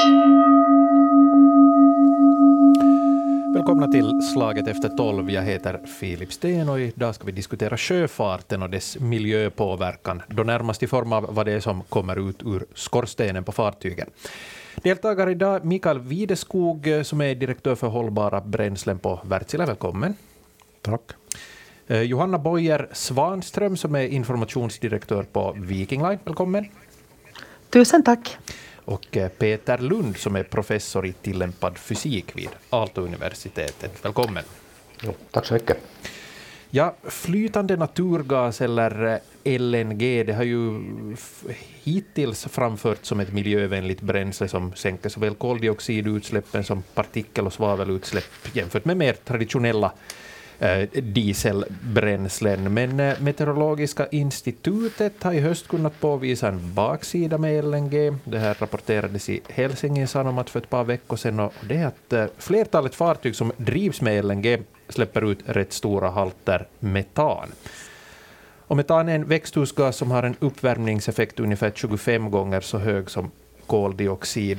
Välkomna till Slaget efter 12. Jag heter Filip Sten och idag ska vi diskutera sjöfarten och dess miljöpåverkan, då närmast i form av vad det är som kommer ut ur skorstenen på fartygen. Deltagare idag Mikael Videskog som är direktör för hållbara bränslen på Wärtsilä. Välkommen. Tack. Johanna Boyer Svanström som är informationsdirektör på Viking Line. Välkommen. Tusen tack. Och Peter Lund som är professor i tillämpad fysik vid Aalto-universitetet. Välkommen. Jo, tack så mycket. Ja, flytande naturgas eller LNG, det har ju hittills framförts som ett miljövänligt bränsle som sänker såväl koldioxidutsläppen som partikel- och svavelutsläpp jämfört med mer traditionella dieselbränslen. Men Meteorologiska institutet har i höst kunnat påvisa en baksida med LNG. Det här rapporterades i Helsingin Sanomat för ett par veckor sedan, och det är att flertalet fartyg som drivs med LNG släpper ut rätt stora halter metan. Och metan är en växthusgas som har en uppvärmningseffekt ungefär 25 gånger så hög som koldioxid.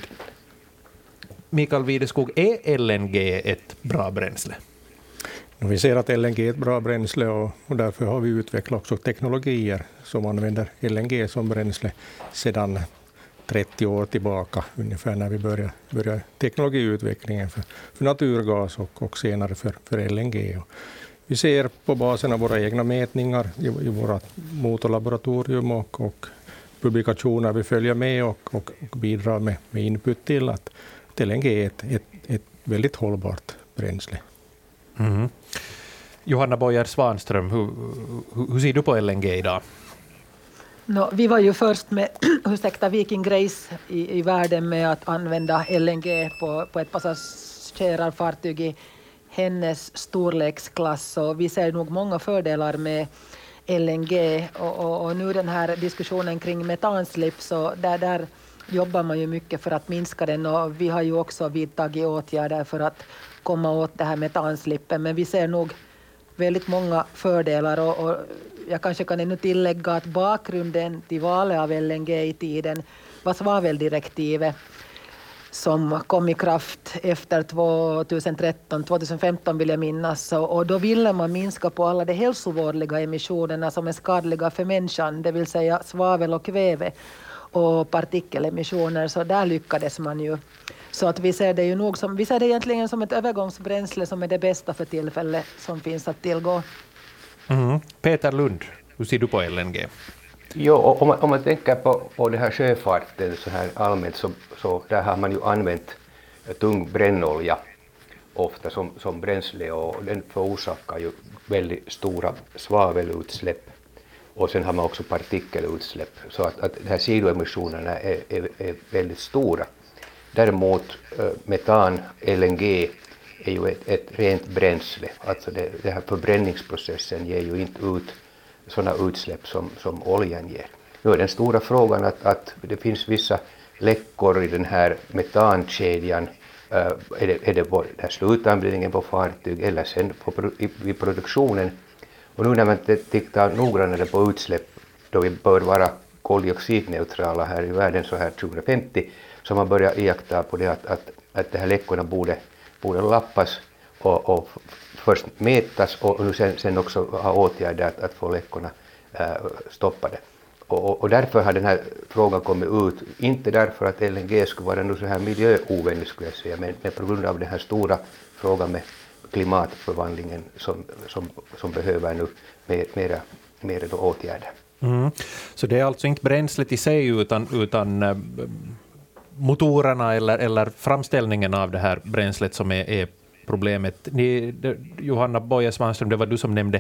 Mikael Videskog, är LNG ett bra bränsle? Vi ser att LNG är ett bra bränsle och därför har vi utvecklat också teknologier som använder LNG som bränsle sedan 30 år tillbaka ungefär, när vi började teknologiutvecklingen för naturgas och senare för LNG. Och vi ser på basen av våra egna mätningar i våra motorlaboratorium och publikationer vi följer med och bidrar med input till att LNG är ett väldigt hållbart bränsle. Mm. Johanna Boyer Svanström, hur ser du på LNG idag? Vi var ju först med Viking Grace i världen med att använda LNG på ett passagerarfartyg i hennes storleksklass. Och vi ser nog många fördelar med LNG. Och nu den här diskussionen kring metanslipp, så där jobbar man ju mycket för att minska den. Och vi har ju också vidtagit åtgärder för att komma åt det här metanslippen. Men vi ser nog väldigt många fördelar, och jag kanske kan ännu tillägga att bakgrunden till valet av LNG i tiden var svaveldirektivet som kom i kraft efter 2015 vill jag minnas, och då ville man minska på alla de hälsovådliga emissionerna som är skadliga för människan, det vill säga svavel och kväve och partikelemissioner, så där lyckades man ju. Så att vi ser det ju nog som, vi ser det egentligen som ett övergångsbränsle som är det bästa för tillfället som finns att tillgå. Mm. Peter Lund, hur ser du på LNG? Jo, om man tänker på det här sjöfarten så här allmänt, så där har man ju använt tung brännolja ofta som bränsle, och den förorsakar ju väldigt stora svavelutsläpp. Och sen har man också partikelutsläpp, så att de här sidoemissionerna är väldigt stora. Däremot metan, LNG, är ju ett rent bränsle. Alltså det här förbränningsprocessen ger ju inte ut sådana utsläpp som oljan ger. Nu är den stora frågan att det finns vissa läckor i den här metankedjan. Är det på den här slutanvändningen på fartyg eller sen vid produktionen? Och nu när man tittar noggrannare på utsläpp, då vi bör vara koldioxidneutrala här i världen så här 2050, så man börjar iaktta på det att de här läckorna borde lappas och först mätas och nu sen också ha åtgärder att få läckorna stoppade. Och därför har den här frågan kommit ut, inte därför att LNG skulle vara nu så här miljöovänlig skulle jag säga, men på grund av den här stora frågan med klimatförvandlingen som behöver nu mer åtgärder. Mm. Så det är alltså inte bränslet i sig utan motorerna eller framställningen av det här bränslet som är problemet. Johanna Boyer Svanström, det var du som nämnde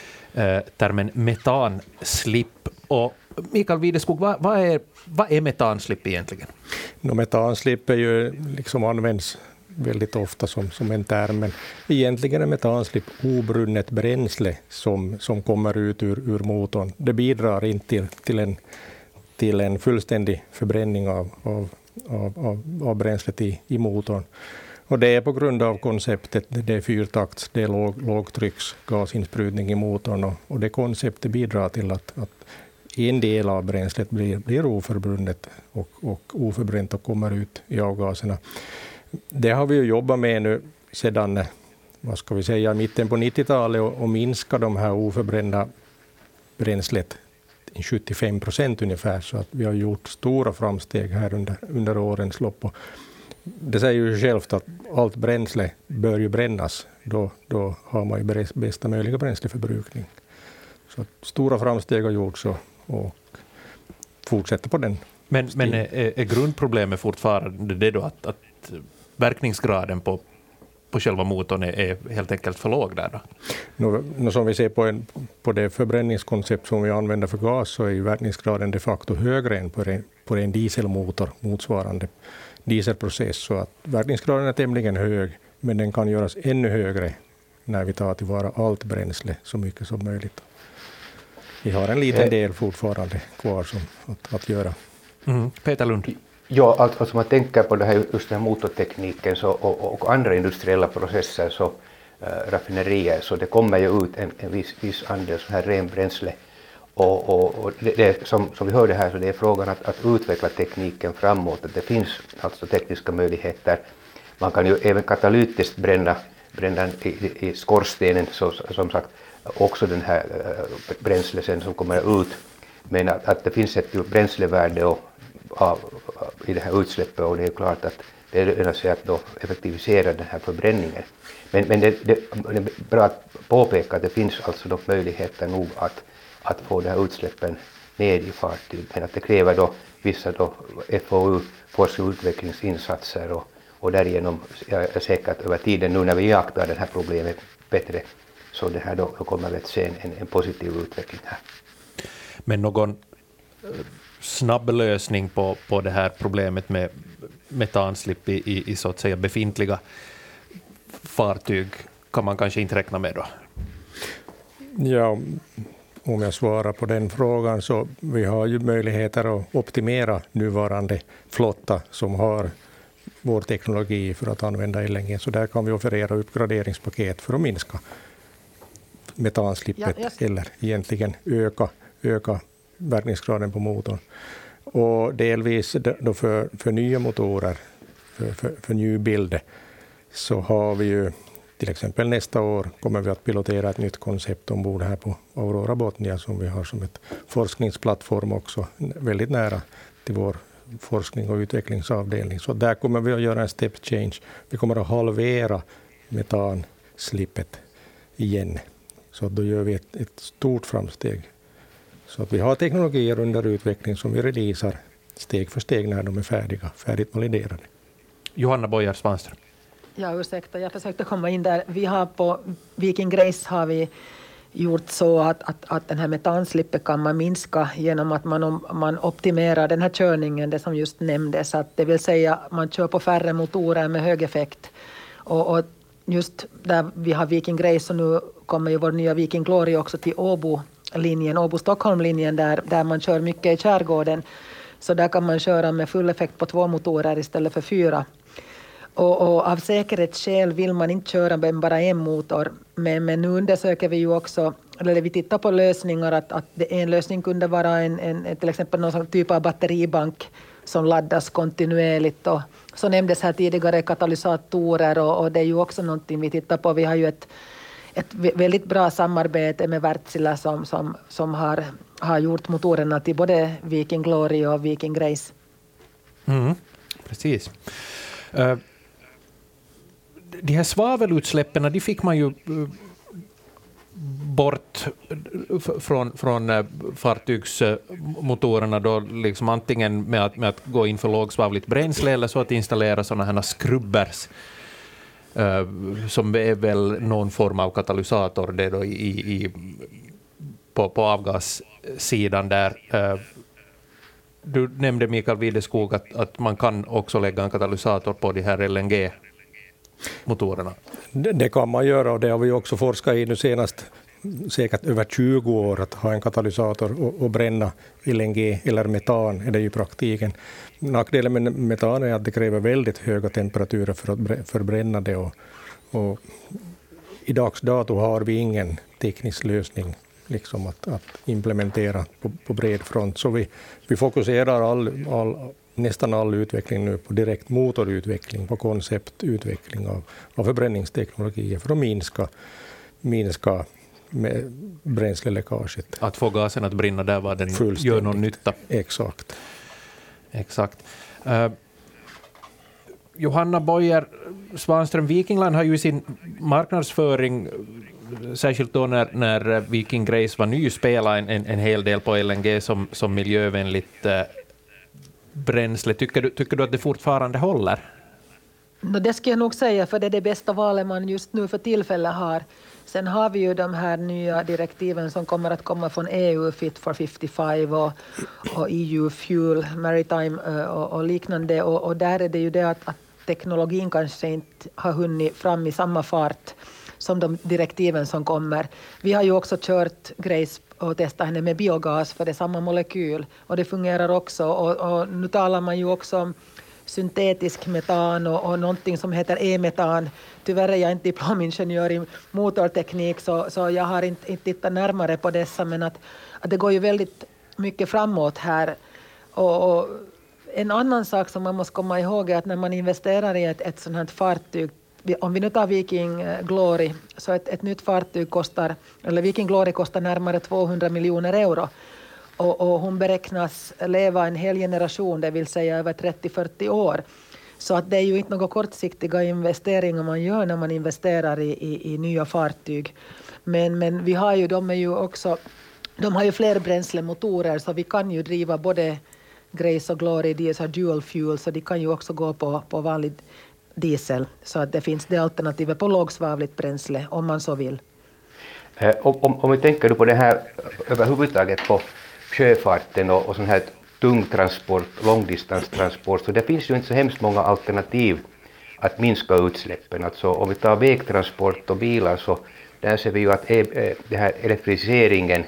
termen metanslipp. Och Mikael Videskog, vad är metanslipp egentligen? Metanslipp är ju liksom används väldigt ofta som en term, men egentligen är metanslipp obrunnet bränsle som kommer ut ur motorn. Det bidrar inte till en fullständig förbränning av bränslet i motorn. Och det är på grund av konceptet, det är fyrtakts, det är lågtrycksgasinsprutning i motorn, och det konceptet bidrar till att en del av bränslet blir oförbundet och oförbränt och kommer ut i avgaserna. Det har vi ju jobbat med nu sedan, vad ska vi säga, mitten på 90-talet och minska de här oförbrända bränslet 75% ungefär, så att vi har gjort stora framsteg här under årens lopp. Och det säger ju självt att allt bränsle bör ju brännas, då har man ju bästa möjliga bränsleförbrukning. Så stora framsteg har gjorts och fortsätter på den. Men är grundproblemet fortfarande det då att verkningsgraden på själva motorn är helt enkelt för låg där då? Som vi ser på det förbränningskoncept som vi använder för gas, så är ju verkningsgraden de facto högre än på en dieselmotor, motsvarande dieselprocess. Så att verkningsgraden är tämligen hög, men den kan göras ännu högre när vi tar tillvara allt bränsle så mycket som möjligt. Vi har en liten del fortfarande kvar som att göra. Peter Lund. Ja, alltså man tänker på det här, just den här motortekniken och andra industriella processer, så raffinerier, så det kommer ju ut en viss andel så här ren bränsle. Och det, som vi hörde här, så det är frågan att utveckla tekniken framåt. Att det finns alltså tekniska möjligheter. Man kan ju även katalytiskt bränna i skorstenen, så som sagt, också den här bränsle sen som kommer ut. Men att det finns ett bränslevärde i det här utsläppet, och det är klart att det är sig att då effektivisera den här förbränningen. Men det är bra att påpeka att det finns alltså då möjligheter nog att få den här utsläppen ned i fartyg, men att det kräver då vissa då FoU, forskning och utvecklingsinsatser, och därigenom jag är säker att över tiden, nu när vi iakttar det här problemet bättre, så det här då kommer vi att se en positiv utveckling här. Men någon snabb lösning på det här problemet med metanslipp i så att säga befintliga fartyg kan man kanske inte räkna med då? Ja, om jag svarar på den frågan, så vi har ju möjligheter att optimera nuvarande flotta som har vår teknologi för att använda LNG. Så där kan vi offerera uppgraderingspaket för att minska metanslippet eller egentligen öka verkningsgraden på motorn. Och delvis då för nya motorer, för nybild, så har vi ju till exempel nästa år kommer vi att pilotera ett nytt koncept ombord här på Aurora Botnia, som vi har som ett forskningsplattform också, väldigt nära till vår forskning och utvecklingsavdelning. Så där kommer vi att göra en step change. Vi kommer att halvera metanslippet igen. Så då gör vi ett stort framsteg. Så att vi har teknologier under utveckling som vi releasar steg för steg när de är färdigt validerade. Johanna Boyer-Svanström. Ja, ursäkta, jag försökte komma in där. Vi har på Viking Grace har vi gjort så att den här metanslippet kan man minska genom att man optimerar den här körningen, det som just nämndes. Att det vill säga man kör på färre motorer med hög effekt. Och just där vi har Viking Grace, och nu kommer ju vår nya Viking Glory också till Åbo-Stockholm-linjen där man kör mycket i skärgården. Så där kan man köra med full effekt på 2 motorer istället för 4. Och av säkerhetsskäl vill man inte köra med bara en motor. Men nu undersöker vi ju också, eller vi tittar på lösningar, att en lösning kunde vara till exempel någon typ av batteribank som laddas kontinuerligt. Och så nämndes här tidigare katalysatorer, och det är ju också någonting vi tittar på. Vi har ju ett väldigt bra samarbete med Wärtsilä som har gjort motorerna till både Viking Glory och Viking Grace. Precis. De här svavelutsläppen, de fick man ju bort från fartygsmotorerna då, liksom antingen med att gå in för lågsvavligt bränsle, eller så att installera sådana här skrubbers som är väl någon form av katalysator det då på avgassidan där. Du nämnde, Mikael Wideskog, att man kan också lägga en katalysator på de här LNG-motorerna. Det kan man göra, och det har vi också forskat i nu senast säkert över 20 år, att ha en katalysator och bränna LNG eller metan är det i praktiken. Nackdelen med metan är att det kräver väldigt höga temperaturer för att förbränna det, och i dags dato har vi ingen teknisk lösning liksom att implementera på bred front. Så vi fokuserar nästan all utveckling nu på direkt motorutveckling, på konceptutveckling av förbränningsteknologier för att minska med bränsleläckaget. Att få gasen att brinna där var den gör någon nytta. Exakt. Johanna Bojer Svanström, Viking Line har ju sin marknadsföring, särskilt då när Viking Grace var ny, spela en hel del på LNG som miljövänligt bränsle. Tycker du att det fortfarande håller? Det ska jag nog säga, för det är det bästa valet man just nu för tillfället har. Sen har vi ju de här nya direktiven som kommer att komma från EU, Fit for 55 och EU Fuel, Maritime och liknande. Och där är det ju det att teknologin kanske inte har hunnit fram i samma fart som de direktiven som kommer. Vi har ju också kört Grace och testat henne med biogas, för det är samma molekyl och det fungerar också. Och nu talar man ju också om syntetisk metan och någonting som heter e-metan. Tyvärr är jag inte diplomingenjör i motorteknik, så jag har inte tittat närmare på dessa, men att det går ju väldigt mycket framåt här. Och en annan sak som man måste komma ihåg är att när man investerar i ett sådant här fartyg, om vi nu tar Viking Glory, så ett nytt fartyg Viking Glory kostar närmare 200 miljoner euro. Och hon beräknas leva en hel generation, det vill säga över 30-40 år. Så att det är ju inte några kortsiktiga investeringar man gör när man investerar i nya fartyg. Men vi har ju, de har ju fler bränslemotorer, så vi kan ju driva både Grace och Glory, de är så dual fuel, så de kan ju också gå på vanlig diesel. Så att det finns det alternativet på lågsvavligt bränsle om man så vill. Om vi tänker på det här överhuvudtaget på sjöfarten och sån här tungtransport, långdistanstransport, så det finns ju inte så hemskt många alternativ att minska utsläppen. Alltså om vi tar vägtransport och bilar, så där ser vi ju att det här elektrifieringen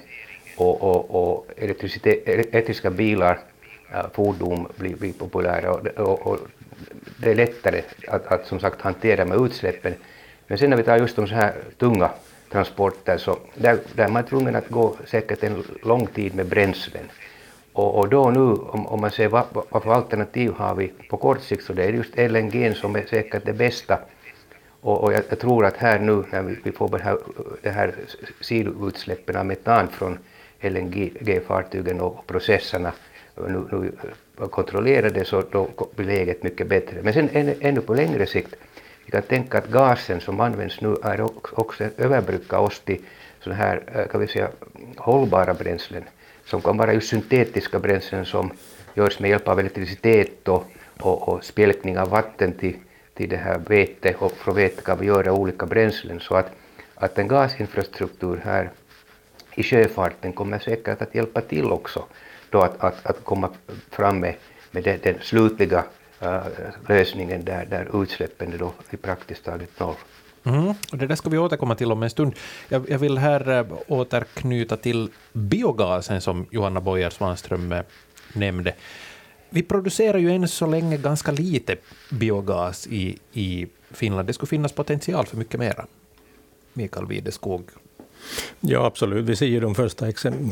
och elektriska bilar, fordon blir populära och det är lättare att som sagt hantera med utsläppen. Men sen när vi tar just de så här tunga transporter, så där man är tvungen att gå säkert en lång tid med bränslen. Och då nu, om man ser vad för alternativ har vi på kort sikt, så det är just LNG som är säkert det bästa. Och jag tror att här nu när vi får det här sidoutsläppen av metan från LNG-fartygen och processerna nu kontrollerade, så då blir läget mycket bättre. Men sen ännu på längre sikt, vi kan tänka att gasen som används nu är också överbrygga oss till sådana här, kan vi säga, hållbara bränslen som kan vara just syntetiska bränslen som görs med hjälp av elektricitet och spjälkning av vatten till det här vete, och från vete kan vi göra olika bränslen, så att en gasinfrastruktur här i sjöfarten kommer säkert att hjälpa till också då att komma fram med den slutliga lösningen där utsläppen är då i praktiskt taget noll. Och det där ska vi återkomma till om en stund. Jag vill här återknyta till biogasen som Johanna Bojer Svanström nämnde. Vi producerar ju än så länge ganska lite biogas i Finland. Det skulle finnas potential för mycket mera. Mikael Wideskog. Ja, absolut. Vi ser ju de första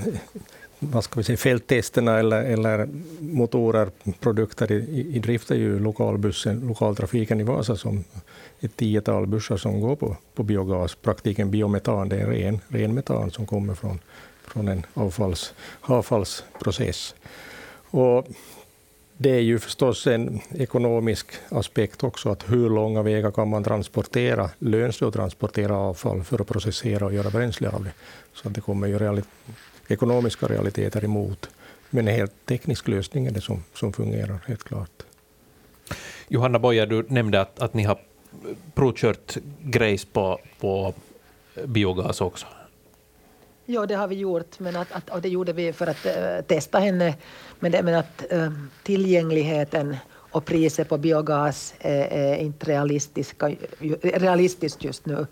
fälttesterna eller motorer, produkter i drift är ju lokaltrafiken i Vasa, som ett 10-tal bussar som går på biogas. Praktiken biometan, det är ren metan som kommer från en avfallsprocess. Och det är ju förstås en ekonomisk aspekt också, att hur långa vägar kan man transportera, löns det att transportera avfall för att processera och göra bränsle av det. Så att det kommer ju ekonomiska realiteter emot. Men en helt teknisk lösning är det som fungerar, helt klart. Johanna Bojer, du nämnde att ni har provkört Grace på biogas också. Ja, det har vi gjort, och det gjorde vi för att testa henne. Men att tillgängligheten och priset på biogas är inte realistiskt just nu.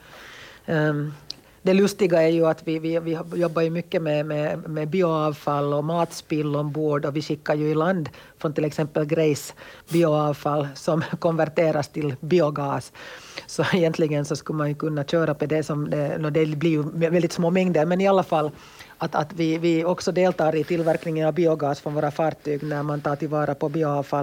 Det lustiga är ju att vi jobbar ju mycket med bioavfall och matspill ombord, och vi skickar ju i land från till exempel Grace bioavfall som konverteras till biogas. Så egentligen så skulle man ju kunna köra på det som det blir ju väldigt små mängder, men i alla fall att vi också deltar i tillverkningen av biogas från våra fartyg när man tar tillvara på bioavfall.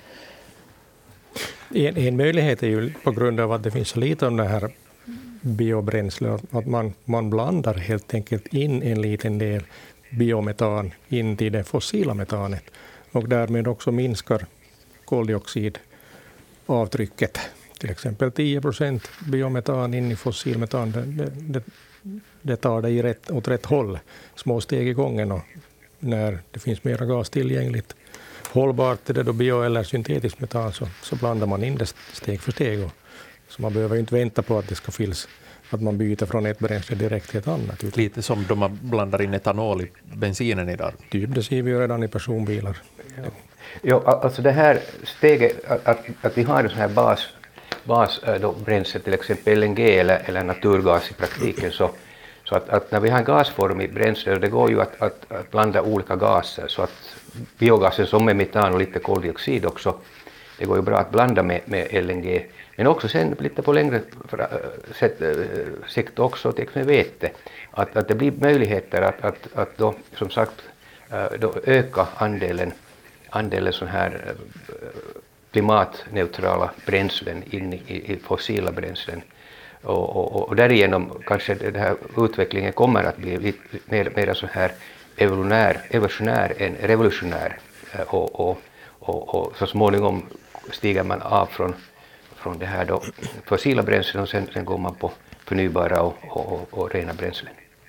En möjlighet är ju på grund av att det finns så lite om det här biobränsle att man blandar helt enkelt in en liten del biometan in till det fossila metanet och därmed också minskar koldioxidavtrycket. Till exempel 10% biometan in i fossilmetan, det tar det åt rätt håll, små steg i gången, och när det finns mera gas tillgängligt hållbart är det då bio eller syntetisk metan så blandar man in det steg för steg. Så man behöver inte vänta på att det ska fyllas, att man byter från ett bränsle direkt till ett annat. Lite som då man blandar in etanol i bensinen idag. Det ser vi ju redan i personbilar. Ja, alltså det här steget att vi har en sån här basbränsle, till exempel LNG eller naturgas i praktiken, så att när vi har en gasformig bränsle, det går ju att blanda olika gaser, så att biogasen som är metan och lite koldioxid också, det går ju bra att blanda med LNG, men också sen lite på längre sikt också till exempel vete, att det blir möjligheter att då som sagt då öka andelen sån här klimatneutrala bränslen in i fossila bränslen. Och därigenom kanske den här utvecklingen kommer att bli lite mer så här evolutionär än revolutionär. Och så småningom stiger man av från det här då fossila bränslen och sen går man på förnybara och rena bränslen.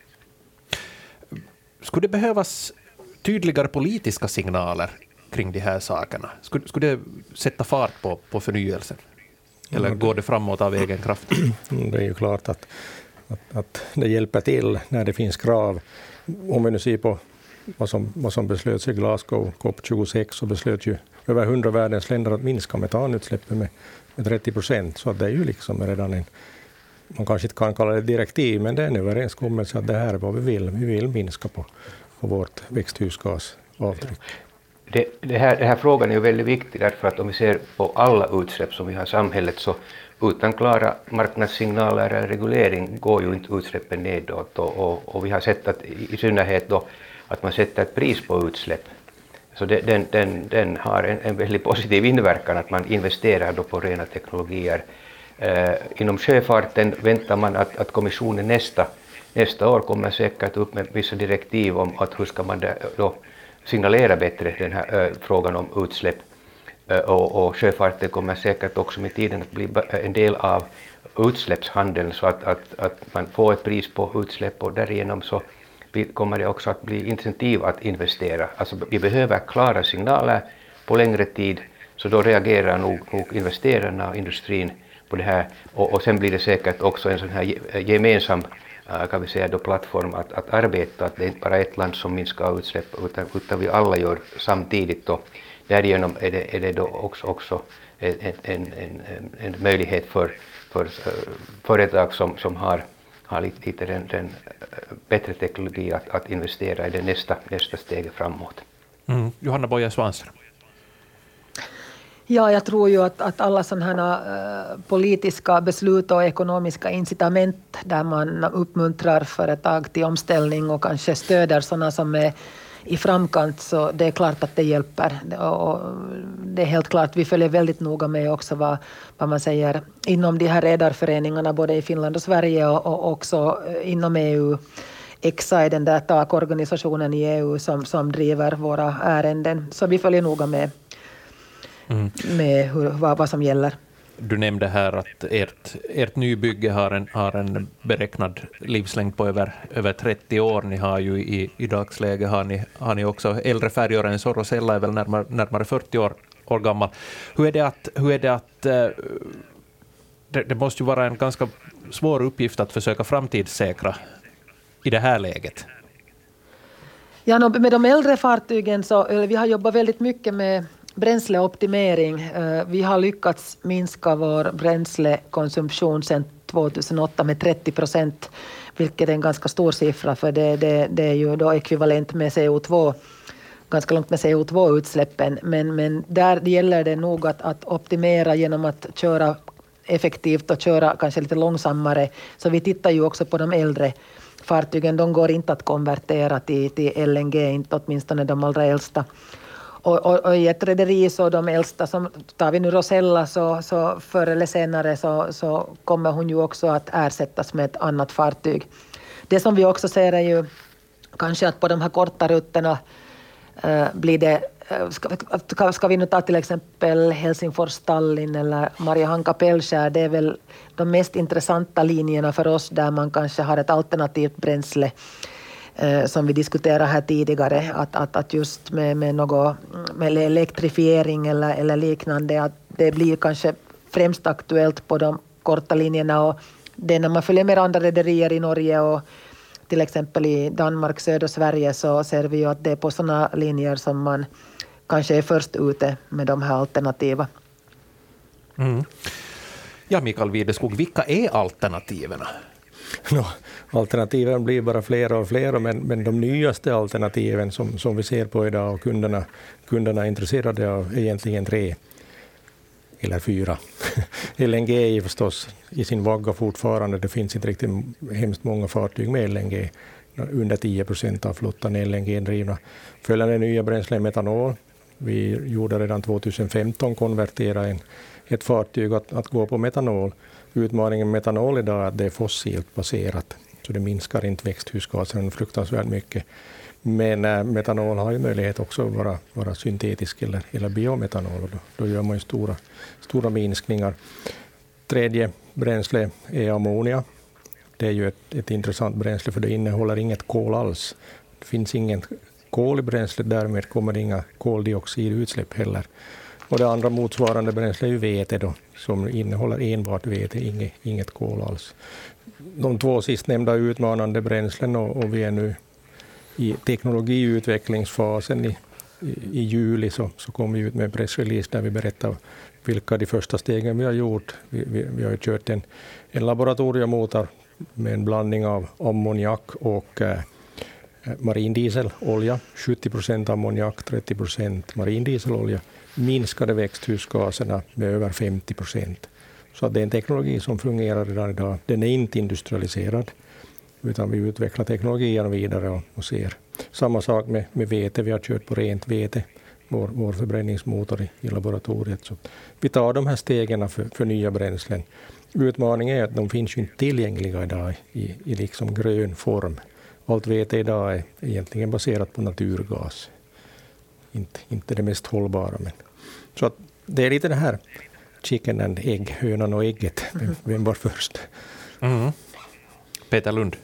Skulle det behövas tydligare politiska signaler kring de här sakerna? Skulle det sätta fart på förnyelsen? Eller går det framåt av egen kraft? Det är ju klart att det hjälper till när det finns krav. Om vi nu ser på vad som beslöts i Glasgow, COP26, så beslöt ju över 100 världens länder att minska metanutsläppen med 30%. Så att det är ju liksom redan man kanske inte kan kalla det direktiv, men det är en överenskommelse att det här är vad vi vill. Vi vill minska på vårt växthusgasavtryck. Det här frågan är ju väldigt viktig, därför att om vi ser på alla utsläpp som vi har i samhället, så utan klara marknadssignaler eller reglering går ju inte utsläppen nedåt, och vi har sett att i synnerhet då att man sätter ett pris på utsläpp. Så den har en väldigt positiv inverkan att man investerar då på rena teknologier. Inom sjöfarten väntar man att kommissionen nästa år kommer säkert upp med vissa direktiv om att hur ska man då signalera bättre den här frågan om utsläpp. Och sjöfarten kommer säkert också med tiden att bli en del av utsläppshandeln, så att man får ett pris på utsläpp, och därigenom så kommer det också att bli incentiv att investera. Alltså vi behöver klara signaler på längre tid, så då reagerar nog investerarna och industrin på det här, och sen blir det säkert också en sån här gemensam kan vi säga då plattform att arbeta, att det är inte bara ett land som minskar utsläpp utan vi alla gör samtidigt, och därigenom är det då också en möjlighet för företag som har lite den bättre teknologi att investera i det nästa steg framåt. Johanna Boye Svanström. Ja, jag tror ju att alla sådana här politiska beslut och ekonomiska incitament där man uppmuntrar företag till omställning och kanske stöder sådana som är i framkant, så det är klart att det hjälper. Och det är helt klart, vi följer väldigt noga med också vad man säger inom de här redarföreningarna både i Finland och Sverige och också inom EU. EXA är den där takorganisationen i EU som driver våra ärenden, så vi följer noga med vad som gäller. Du nämnde här att ert nybygge har en beräknad livslängd på över 30 år. Ni har ju i dagsläge har ni också äldre färjor än Sorosella är väl närmare 40 år gammal. Hur är det att det måste ju vara en ganska svår uppgift att försöka framtidssäkra i det här läget? Ja, med de äldre fartygen så vi har jobbat väldigt mycket med bränsleoptimering. Vi har lyckats minska vår bränslekonsumtion sedan 2008 med 30%, vilket är en ganska stor siffra, för det är ju då ekvivalent med CO2, ganska långt med CO2-utsläppen. Men där gäller det nog att optimera genom att köra effektivt och köra kanske lite långsammare. Så vi tittar ju också på de äldre fartygen. De går inte att konvertera till LNG, inte åtminstone de allra äldsta. Och i ett rederi så de äldsta, som tar vi nu Rosella, så förr eller senare så kommer hon ju också att ersättas med ett annat fartyg. Det som vi också ser är ju kanske att på de här korta rutterna blir det, ska vi nu ta till exempel Helsingfors-Tallinn eller Mariehamn-Kapellskär, det är väl de mest intressanta linjerna för oss där man kanske har ett alternativt bränsle som vi diskuterade här tidigare, att just med något med elektrifiering eller liknande, att det blir kanske främst aktuellt på de korta linjerna, och det när man följer med andra rederier i Norge och till exempel i Danmark, södra Sverige, så ser vi ju att det är på sådana linjer som man kanske är först ute med de här alternativa. Mm. Ja, Mikael Wideskog, vilka är alternativen? Alternativen blir bara fler och fler, men de nyaste alternativen som vi ser på idag och kunderna är intresserade av är egentligen 3 eller 4. LNG är förstås i sin vagga fortfarande. Det finns inte riktigt hemskt många fartyg med LNG. Under 10% av flottan är LNG-drivna. Följande nya bränsle är metanol. Vi gjorde redan 2015 konvertera ett fartyg att gå på metanol. Utmaningen med metanol idag är att det är fossilt baserat, så det minskar inte växthusgasen fruktansvärt mycket. Men metanol har ju möjlighet också att vara syntetisk eller biometanol, och då gör man ju stora minskningar. Tredje bränsle är ammonia. Det är ju ett intressant bränsle för det innehåller inget kol alls. Det finns inget kol i bränslet, därmed kommer det inga koldioxidutsläpp heller. Och det andra motsvarande bränsle är ju vete då, som innehåller enbart vete, inget kol alls. De 2 sistnämnda utmanande bränslen, och vi är nu i teknologiutvecklingsfasen. I juli så kom vi ut med en pressrelease där vi berättar vilka de första stegen vi har gjort. Vi har ju kört en laboratoriemotor med en blandning av ammoniak och marindieselolja. 70% ammoniak, 30% marindieselolja. Minskade växthusgaserna med över 50%. Så det är en teknologi som fungerar redan idag. Den är inte industrialiserad, utan vi utvecklar teknologin vidare och ser. Samma sak med vete. Vi har kört på rent vete, vår förbränningsmotor i laboratoriet. Så vi tar de här stegen för nya bränslen. Utmaningen är att de finns ju inte tillgängliga idag i liksom grön form. Allt vete idag är egentligen baserat på naturgas. Inte det mest hållbara. Men. Så att det är lite det här chicken and egg, hönan och ägget. Vem var först? Mm. Peter Lund.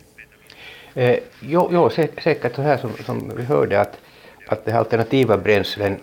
Jo, säkert så här som vi hörde att det alternativa bränslen,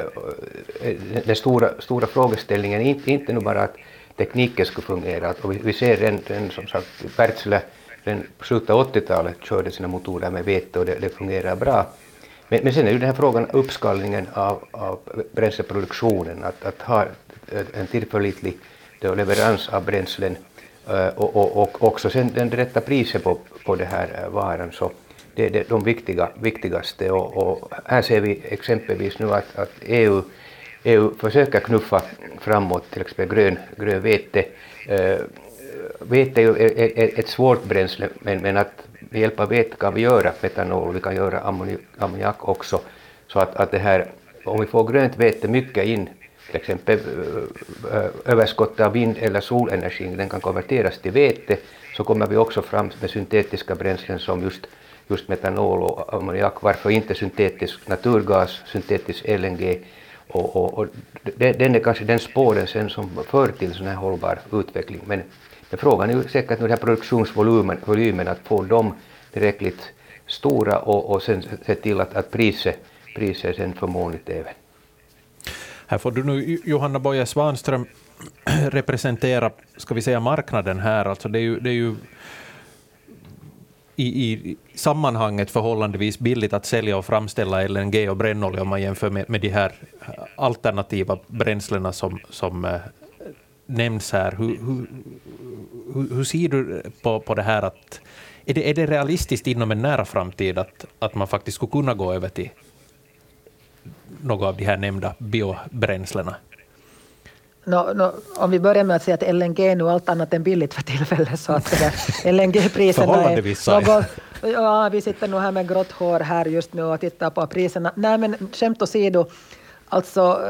den stora frågeställningen är inte nu bara att tekniken skulle fungera. Och vi ser den som sagt, Wärtsilä på 70-80-talet körde sina motorer med vete och det fungerar bra. Men sen är ju den här frågan uppskalningen av bränsleproduktionen, att ha en tillförlitlig leverans av bränslen och också sen den rätta priset på det här varan, så det är de viktigaste. Och här ser vi exempelvis nu att EU försöker knuffa framåt till exempel grön vete. Vete är ju ett svårt bränsle, men att med hjälp av vete kan vi göra metanol, vi kan göra ammoniak också. Så att det här, om vi får grönt vete mycket in, till exempel överskott av vind- eller solenergi, den kan konverteras till vete, så kommer vi också fram med syntetiska bränslen som just metanol och ammoniak. Varför inte syntetisk naturgas, syntetisk LNG, och den är kanske den spåren sen som för till sån här hållbar utveckling. Men frågan är ju säkert nu den här produktionsvolymen, att få dem tillräckligt stora och sen se till att priset sen förmånligt även. Här får du nu, Johanna Boye Svanström, representera, ska vi säga, marknaden här. Alltså det är ju i sammanhanget förhållandevis billigt att sälja och framställa LNG och brännolja om man jämför med de här alternativa bränslena som nämns här. Hur ser du på det här? Att, är det realistiskt inom en nära framtid att man faktiskt skulle kunna gå över till något av de här nämnda biobränslena? Om vi börjar med att säga att LNG är nu allt annat än billigt för tillfället, så att LNG-priserna är något, ja, vi sitter nog här med grått hår här just nu och tittar på priserna. Nej, men skämt åsido, alltså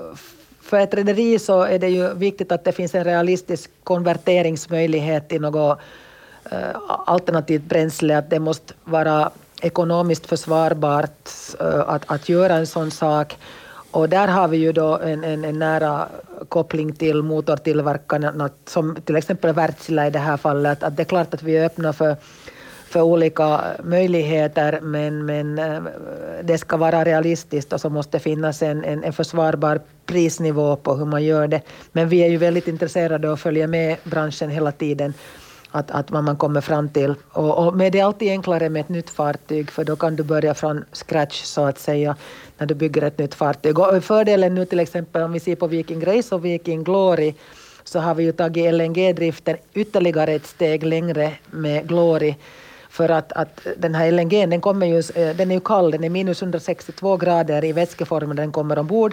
för ett rederi så är det ju viktigt att det finns en realistisk konverteringsmöjlighet i något alternativt bränsle, att det måste vara ekonomiskt försvarbart att göra en sån sak. Och där har vi ju då en nära koppling till motortillverkarna, som till exempel Wärtsilä i det här fallet. Att det är klart att vi är öppna för olika möjligheter, men det ska vara realistiskt och så måste finnas en försvarbar prisnivå på hur man gör det. Men vi är ju väldigt intresserade och följer med branschen hela tiden, att vad man kommer fram till. Men det är alltid enklare med ett nytt fartyg, för då kan du börja från scratch så att säga när du bygger ett nytt fartyg. Och fördelen nu till exempel om vi ser på Viking Grace och Viking Glory, så har vi ju tagit LNG-driften ytterligare ett steg längre med Glory. För att den här LNG, den är ju kall, den är minus 162 grader i vätskeform när den kommer ombord.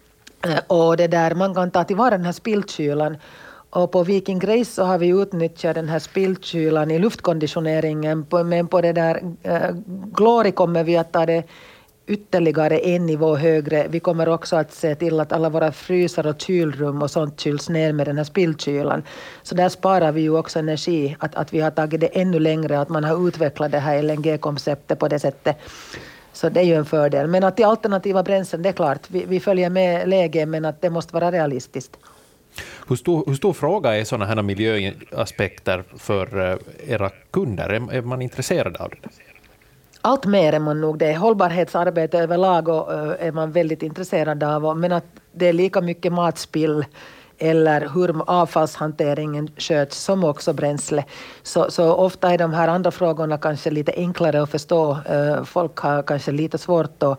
Och det där, man kan ta tillvara den här spillkylan. Och på Viking Grace så har vi utnyttjat den här spillkylan i luftkonditioneringen. Men på det där Glory kommer vi att ta det ytterligare en nivå högre. Vi kommer också att se till att alla våra frysar och kylrum och sånt kyls ner med den här spillkylan. Så där sparar vi ju också energi. Att vi har tagit det ännu längre, att man har utvecklat det här LNG-konceptet på det sättet. Så det är ju en fördel. Men att i alternativa bränslen, det är klart, vi följer med läget, men att det måste vara realistiskt. Hur stor fråga är sådana här miljöaspekter för era kunder? Är man intresserad av det? Allt mer är man nog det. Hållbarhetsarbete överlag är man väldigt intresserad av. Men att det är lika mycket matspill eller hur avfallshanteringen sköts som också bränsle. Så ofta är de här andra frågorna kanske lite enklare att förstå. Folk har kanske lite svårt att...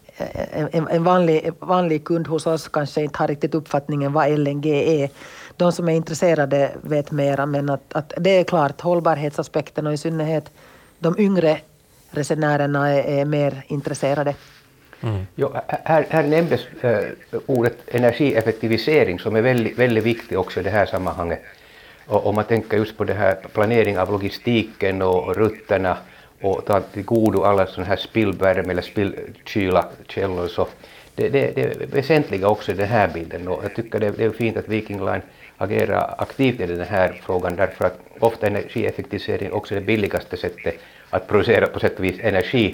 En vanlig kund hos oss kanske inte har riktigt uppfattningen vad LNG är. De som är intresserade vet mera, men att det är klart, hållbarhetsaspekten och i synnerhet de yngre resenärerna är mer intresserade. Mm. Jo, här nämndes ordet energieffektivisering som är väldigt, väldigt viktigt också i det här sammanhanget. Och om man tänker just på det här planering av logistiken och rutterna och ta till godo alla sådana här spillvärme eller spillkyla källor, så det är väsentliga också i den här bilden. Och jag tycker det är fint att Viking Line agerar aktivt i den här frågan, därför att ofta energieffektivisering också är det billigaste sättet att producera på sätt och vis energi.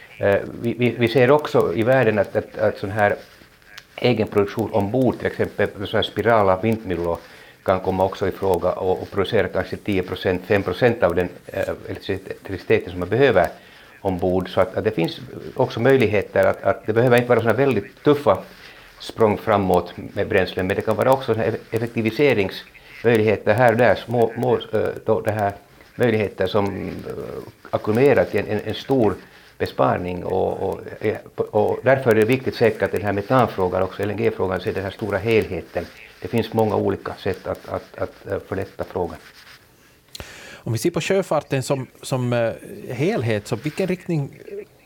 Vi ser också i världen att sån här egenproduktion ombord, till exempel sådana här spirala vindmyllor, kan komma också i fråga och producera kanske 10%, 5% av den elektriciteten som man behöver ombord. Så att det finns också möjligheter att det behöver inte vara sådana väldigt tuffa språng framåt med bränslen, men det kan vara också effektiviseringsmöjligheter här och där, små det här möjligheter som ackumulerar till en stor besparing och därför är det viktigt säkert att den här metanfrågan, också LNG-frågan, ser den här stora helheten. Det finns många olika sätt att förlätta frågan. Om vi ser på sjöfarten som helhet, så vilken riktning,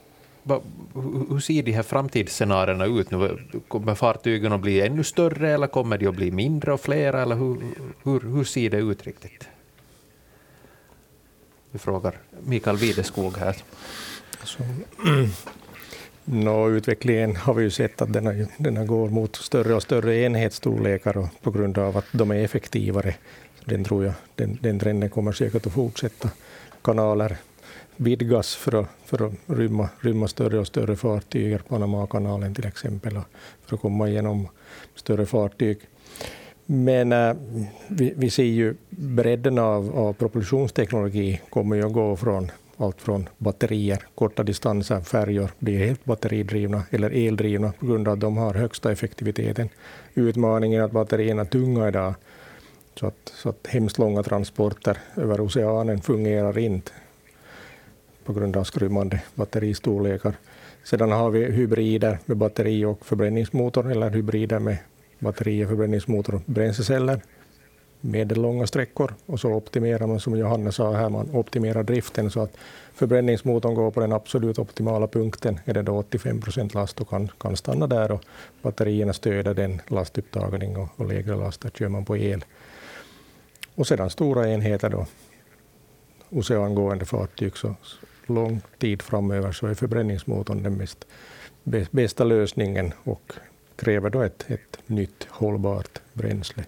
hur ser de här framtidsscenarierna ut nu? Kommer fartygen att bli ännu större eller kommer de att bli mindre och flera, eller hur ser det ut riktigt? Vi frågar Mikael Wideskog här. Utvecklingen har vi ju sett att den går mot större och större enhetsstorlekar, och på grund av att de är effektivare. Den tror jag, den trenden kommer säkert att fortsätta. Kanaler vidgas för att rymma större och större fartyg. Panamakanalen till exempel, för att komma igenom större fartyg. Men vi ser ju bredden av propulsionsteknologi kommer ju att gå från allt från batterier, korta distanser, färjor blir helt batteridrivna eller eldrivna på grund av att de har högsta effektiviteten. Utmaningen är att batterierna är tunga idag, så att hemskt långa transporter över oceanen fungerar inte på grund av skrymmande batteristorlekar. Sedan har vi hybrider med batteri och förbränningsmotor, eller hybrider med batteri och förbränningsmotor och bränsleceller. medellånga sträckor och så optimerar man, som Johanna sa här, man optimerar driften så att förbränningsmotorn går på den absolut optimala punkten. Är det då 85% last och kan stanna där och batterierna stöder den lastupptagning och lägre lastar kör man på el. Och sedan stora enheter då, oceangående fartyg, så lång tid framöver så är förbränningsmotorn den bästa lösningen och kräver då ett nytt hållbart bränsle.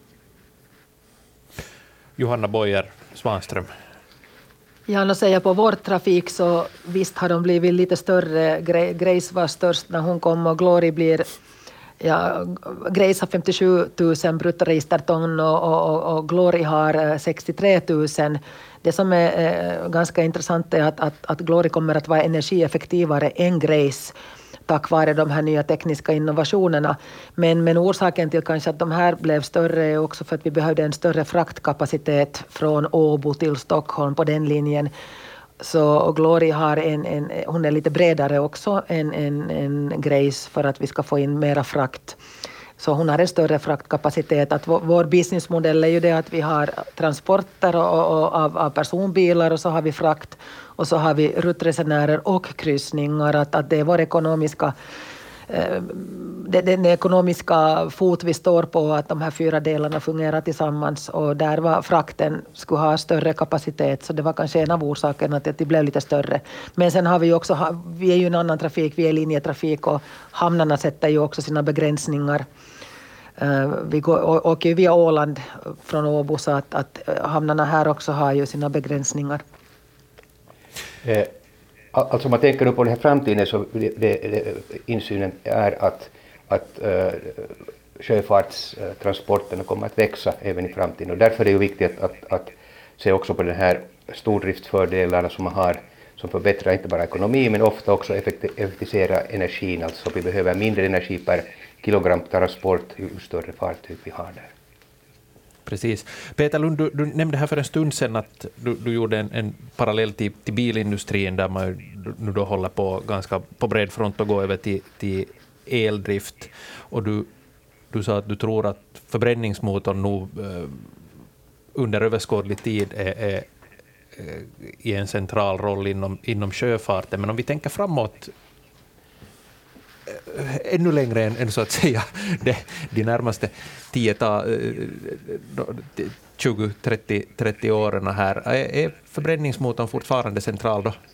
Johanna Boyer, Svanström. Ja, att säga på vår trafik så visst har de blivit lite större. Grace var störst när hon kom och Glory blir... Ja, Grace har 57 000 bruttoregisterton och Glory har 63 000. Det som är ganska intressant är att Glory kommer att vara energieffektivare än Grace tack vare de här nya tekniska innovationerna. Men orsaken till kanske att de här blev större är också för att vi behövde en större fraktkapacitet från Åbo till Stockholm på den linjen. Så Glory har hon är lite bredare också än Grace för att vi ska få in mera frakt. Så hon har en större fraktkapacitet. Att vår businessmodell är ju det att vi har transporter av personbilar och så har vi frakt och så har vi ruttresenärer och kryssningar. Att det är vår den ekonomiska fot vi står på, att de här 4 delarna fungerar tillsammans och där var frakten skulle ha större kapacitet, så det var kanske en av orsakerna till att det blev lite större. Men sen har vi ju också, vi är ju en annan trafik, vi är linjetrafik och hamnarna sätter ju också sina begränsningar. Vi åker ju via Åland från Åbo så att hamnarna här också har ju sina begränsningar. Alltså om man tänker på den här framtiden så insynen är att sjöfartstransporterna kommer att växa även i framtiden och därför är det ju viktigt att se också på den här stordriftsfördelarna som man har som förbättrar inte bara ekonomi men ofta också effektivisera energin, alltså vi behöver mindre energi per kilogram transport ju större fartyg vi har där. Precis. Peter Lund, du nämnde här för en stund sedan att du gjorde en parallell till bilindustrin där man nu då håller på ganska på bred front och går över till eldrift. Och du sa att du tror att förbränningsmotorn nog under överskådlig tid är i en central roll inom sjöfarten. Men om vi tänker framåt ännu längre än så att säga de närmaste 20-30 åren här. Är förbränningsmotorn fortfarande central då?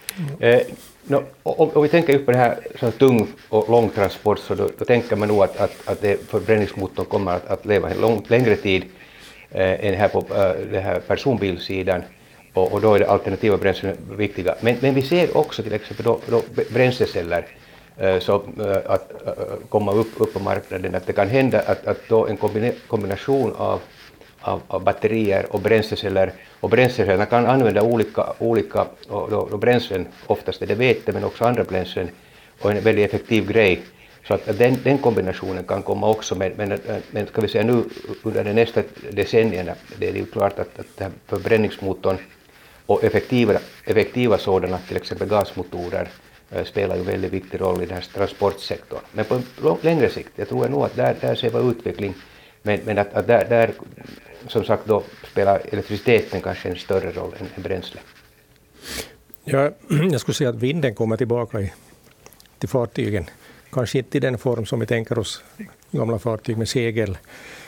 Om vi tänker på det här sån tung och lång transport så då tänker man nog att förbränningsmotorn kommer att leva en längre tid än här på den här personbilsidan. Och då är det alternativa bränslen viktiga. Men vi ser också till exempel då bränsleceller så att komma upp på marknaden. Att det kan hända att då en kombination av batterier och bränsleceller. Och bränslecellerna kan använda olika då bränslen, oftast är det vete men också andra bränslen. Och en väldigt effektiv grej. Så att den kombinationen kan komma också. Men ska vi säga nu under de nästa decennierna, det är ju klart att den här förbränningsmotorn och effektiva sådana, till exempel gasmotorer, spelar ju väldigt viktig roll i den här transportsektorn. Men på en längre sikt, jag tror nog att där ser vi utveckling, men att där som sagt då spelar elektriciteten kanske en större roll än bränsle. Ja, jag skulle säga att vinden kommer tillbaka till fartygen. Kanske inte i den form som vi tänker oss gamla fartyg med segel.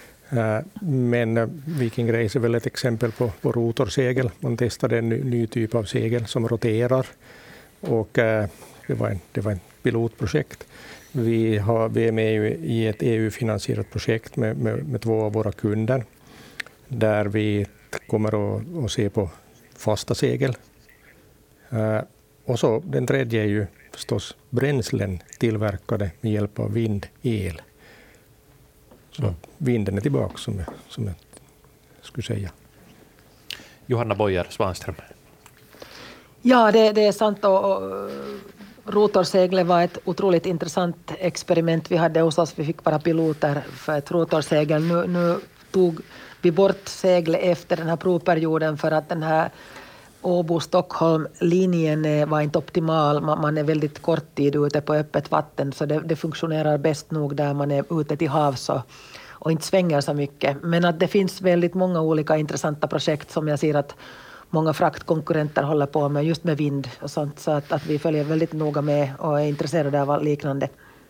Men Viking Grace är väl ett exempel på rotorsegel. Man testade en ny typ av segel som roterar. Och det var ett pilotprojekt. Vi är med i ett EU-finansierat projekt med 2 av våra kunder. Där vi kommer att se på fasta segel. Och så den tredje är ju förstås bränslen tillverkade med hjälp av vindel. Så vinden är tillbaka som jag skulle säga. Johanna Boyer, Svanström. Ja, det är sant. Och rotorseglet var ett otroligt intressant experiment vi hade hos oss. Vi fick vara piloter för ett rotorsegel. Nu tog vi bort seglet efter den här provperioden för att den här Åbo-Stockholm-linjen var inte optimal. Man är väldigt kort tid ute på öppet vatten så det funktionerar bäst nog där man är ute till havs och inte svänger så mycket. Men att det finns väldigt många olika intressanta projekt som jag ser att många fraktkonkurrenter håller på med, just med vind och sånt. Så att vi följer väldigt noga med och är intresserade av liknande.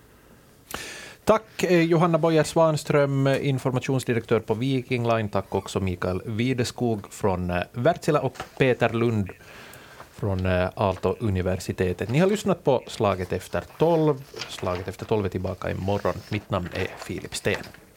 Tack Johanna Boyer Svanström, informationsdirektör på Viking Line. Tack också Mikael Videskog från Wärtsilä och Peter Lund från Aalto-universitetet. Ni har lyssnat på Slaget efter 12. Slaget efter 12 är tillbaka imorgon. Mitt namn är Filip Sten.